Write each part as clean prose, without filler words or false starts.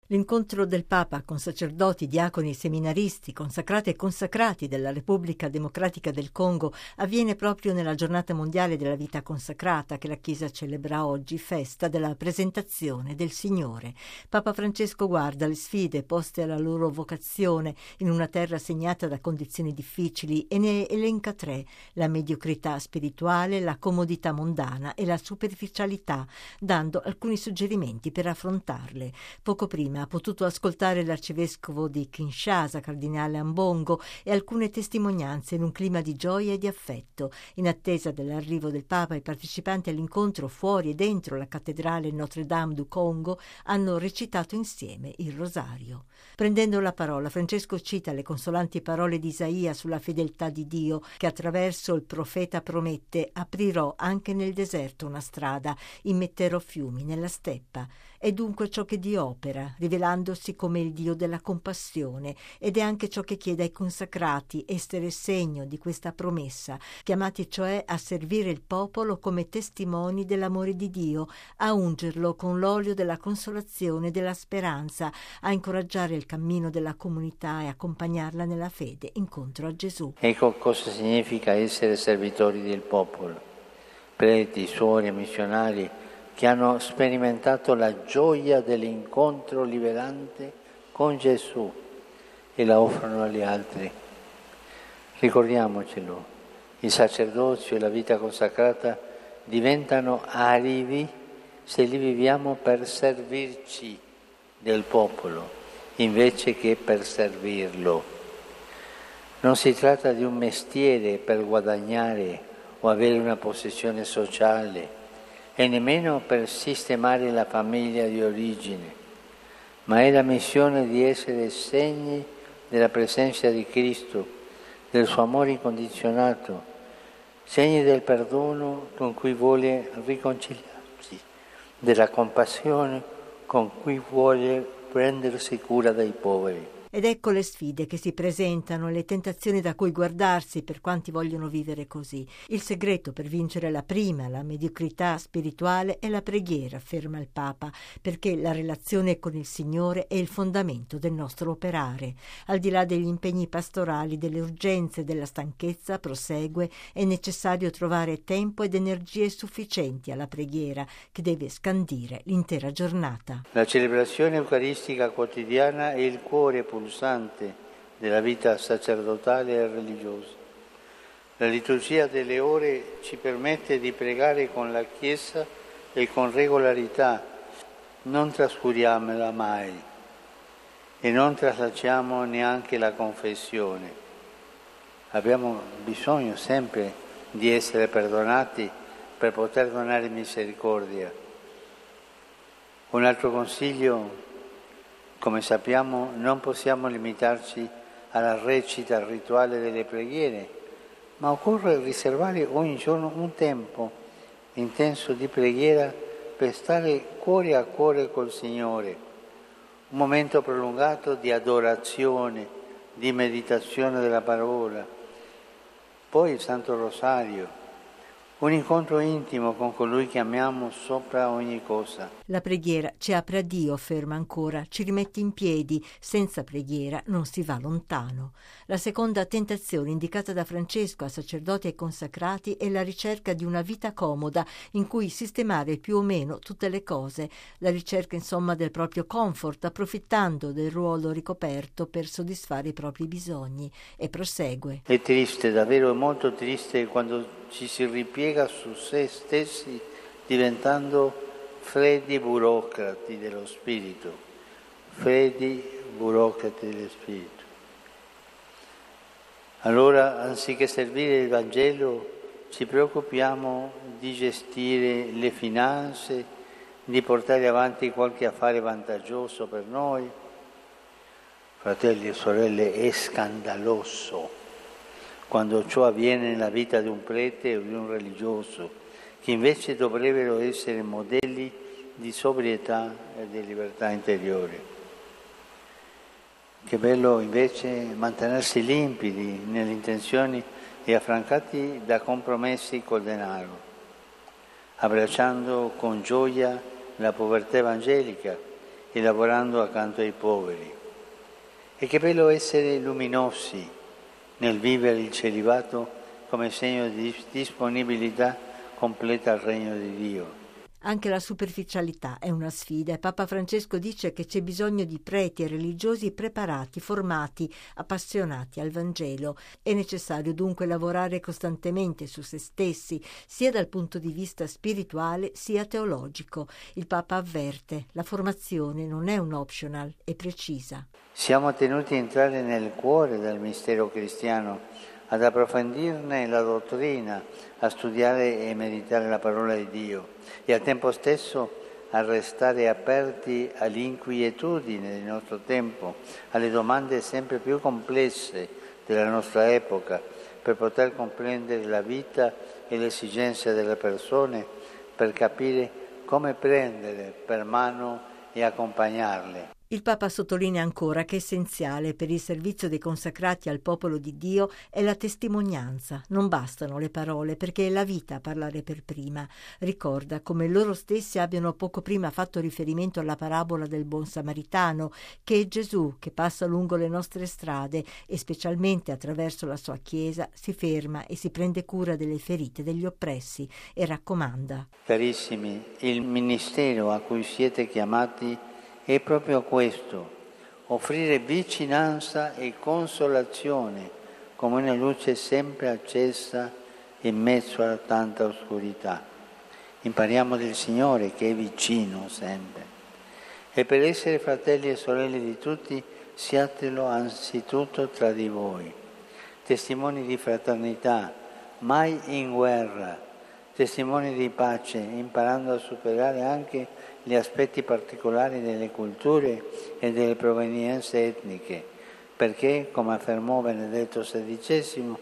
L'incontro del Papa con sacerdoti, diaconi e seminaristi, consacrati e consacrati della Repubblica Democratica del Congo avviene proprio nella giornata mondiale della vita consacrata che la Chiesa celebra oggi, festa della presentazione del Signore. Papa Francesco guarda le sfide poste alla loro vocazione in una terra segnata da condizioni difficili e ne elenca tre: la mediocrità spirituale, la comodità mondana e la superficialità, dando alcuni suggerimenti per affrontarle. Poco prima ha potuto ascoltare l'arcivescovo di Kinshasa, cardinale Ambongo, e alcune testimonianze in un clima di gioia e di affetto. In attesa dell'arrivo del Papa, i partecipanti all'incontro fuori e dentro la cattedrale Notre-Dame du Congo hanno recitato insieme il rosario. Prendendo la parola, Francesco cita le consolanti parole di Isaia sulla fedeltà di Dio, che attraverso il profeta promette: aprirò anche nel deserto una strada, immetterò fiumi nella steppa. È dunque ciò che Dio opera, rivelandosi come il Dio della compassione, ed è anche ciò che chiede ai consacrati: essere segno di questa promessa, chiamati cioè a servire il popolo come testimoni dell'amore di Dio, a ungerlo con l'olio della consolazione e della speranza, a incoraggiare il cammino della comunità e accompagnarla nella fede incontro a Gesù. Ecco cosa significa essere servitori del popolo, preti, suore e missionari che hanno sperimentato la gioia dell'incontro liberante con Gesù e la offrono agli altri. Ricordiamocelo, il sacerdozio e la vita consacrata diventano arivi se li viviamo per servirci del popolo invece che per servirlo. Non si tratta di un mestiere per guadagnare o avere una posizione sociale e nemmeno per sistemare la famiglia di origine, ma è la missione di essere segni della presenza di Cristo, del suo amore incondizionato, segni del perdono con cui vuole riconciliarci, della compassione con cui vuole prendersi cura dei poveri. Ed ecco le sfide che si presentano, le tentazioni da cui guardarsi per quanti vogliono vivere così. Il segreto per vincere la prima, la mediocrità spirituale, è la preghiera, afferma il Papa, perché la relazione con il Signore è il fondamento del nostro operare. Al di là degli impegni pastorali, delle urgenze, della stanchezza, prosegue, è necessario trovare tempo ed energie sufficienti alla preghiera, che deve scandire l'intera giornata. La celebrazione eucaristica quotidiana è il cuore pulsante della vita sacerdotale e religiosa. La liturgia delle ore ci permette di pregare con la Chiesa e con regolarità. Non trascuriamola mai e non tralasciamo neanche la confessione. Abbiamo bisogno sempre di essere perdonati per poter donare misericordia. Un altro consiglio: come sappiamo, non possiamo limitarci alla recita rituale delle preghiere, ma occorre riservare ogni giorno un tempo intenso di preghiera per stare cuore a cuore col Signore, un momento prolungato di adorazione, di meditazione della parola, poi il Santo Rosario, un incontro intimo con colui che amiamo sopra ogni cosa. La preghiera ci apre a Dio, afferma ancora, ci rimette in piedi. Senza preghiera non si va lontano. La seconda tentazione indicata da Francesco a sacerdoti e consacrati è la ricerca di una vita comoda in cui sistemare più o meno tutte le cose, la ricerca insomma del proprio comfort, approfittando del ruolo ricoperto per soddisfare i propri bisogni. E prosegue. È triste, davvero molto triste, quando ci si ripiega su se stessi diventando freddi burocrati dello spirito, Allora, anziché servire il Vangelo, ci preoccupiamo di gestire le finanze, di portare avanti qualche affare vantaggioso per noi. Fratelli e sorelle, è scandaloso quando ciò avviene nella vita di un prete o di un religioso, che invece dovrebbero essere modelli di sobrietà e di libertà interiore. Che bello invece mantenersi limpidi nelle intenzioni e affrancati da compromessi col denaro, abbracciando con gioia la povertà evangelica e lavorando accanto ai poveri. E che bello essere luminosi nel vivere il celibato come segno di disponibilità completa al regno di Dio. Anche la superficialità è una sfida e Papa Francesco dice che c'è bisogno di preti e religiosi preparati, formati, appassionati al Vangelo. È necessario dunque lavorare costantemente su se stessi, sia dal punto di vista spirituale sia teologico. Il Papa avverte: la formazione non è un optional, è precisa. Siamo tenuti a entrare nel cuore del mistero cristiano, ad approfondirne la dottrina, a studiare e meditare la parola di Dio e al tempo stesso a restare aperti all'inquietudine del nostro tempo, alle domande sempre più complesse della nostra epoca, per poter comprendere la vita e le esigenze delle persone, per capire come prendere per mano e accompagnarle. Il Papa sottolinea ancora che essenziale per il servizio dei consacrati al popolo di Dio è la testimonianza. Non bastano le parole, perché è la vita a parlare per prima. Ricorda come loro stessi abbiano poco prima fatto riferimento alla parabola del buon samaritano, che è Gesù che passa lungo le nostre strade e specialmente attraverso la sua Chiesa si ferma e si prende cura delle ferite degli oppressi e raccomanda: Carissimi, il ministero a cui siete chiamati è proprio questo: offrire vicinanza e consolazione come una luce sempre accesa in mezzo a tanta oscurità. Impariamo del Signore che è vicino sempre. E per essere fratelli e sorelle di tutti, siatelo anzitutto tra di voi, testimoni di fraternità, mai in guerra, testimoni di pace, imparando a superare anche gli aspetti particolari delle culture e delle provenienze etniche, perché, come affermò Benedetto XVI,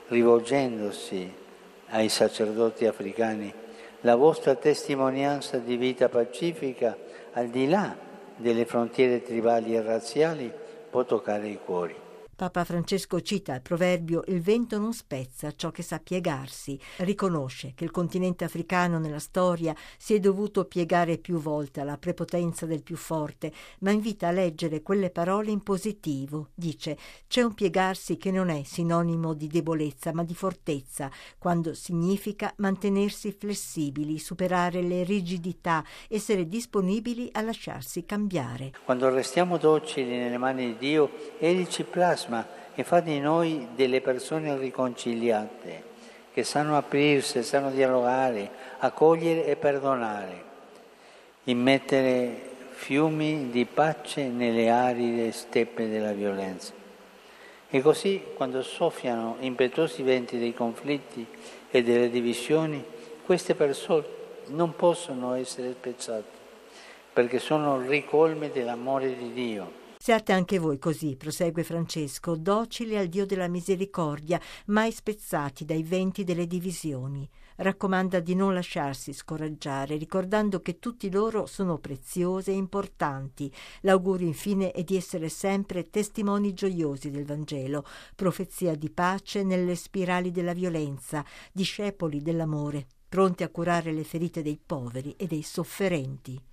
rivolgendosi ai sacerdoti africani, la vostra testimonianza di vita pacifica, al di là delle frontiere tribali e razziali, può toccare i cuori. Papa Francesco cita il proverbio «Il vento non spezza ciò che sa piegarsi». Riconosce che il continente africano nella storia si è dovuto piegare più volte alla prepotenza del più forte, ma invita a leggere quelle parole in positivo. Dice: c'è un piegarsi che non è sinonimo di debolezza, ma di fortezza, quando significa mantenersi flessibili, superare le rigidità, essere disponibili a lasciarsi cambiare. Quando restiamo docili nelle mani di Dio, Egli ci plasma e fa di noi delle persone riconciliate, che sanno aprirsi, sanno dialogare, accogliere e perdonare, immettere fiumi di pace nelle aride steppe della violenza. E così, quando soffiano impetuosi venti dei conflitti e delle divisioni, queste persone non possono essere spezzate, perché sono ricolme dell'amore di Dio. Siate anche voi così, prosegue Francesco, docili al Dio della misericordia, mai spezzati dai venti delle divisioni. Raccomanda di non lasciarsi scoraggiare, ricordando che tutti loro sono preziose e importanti. L'augurio infine è di essere sempre testimoni gioiosi del Vangelo, profezia di pace nelle spirali della violenza, discepoli dell'amore, pronti a curare le ferite dei poveri e dei sofferenti.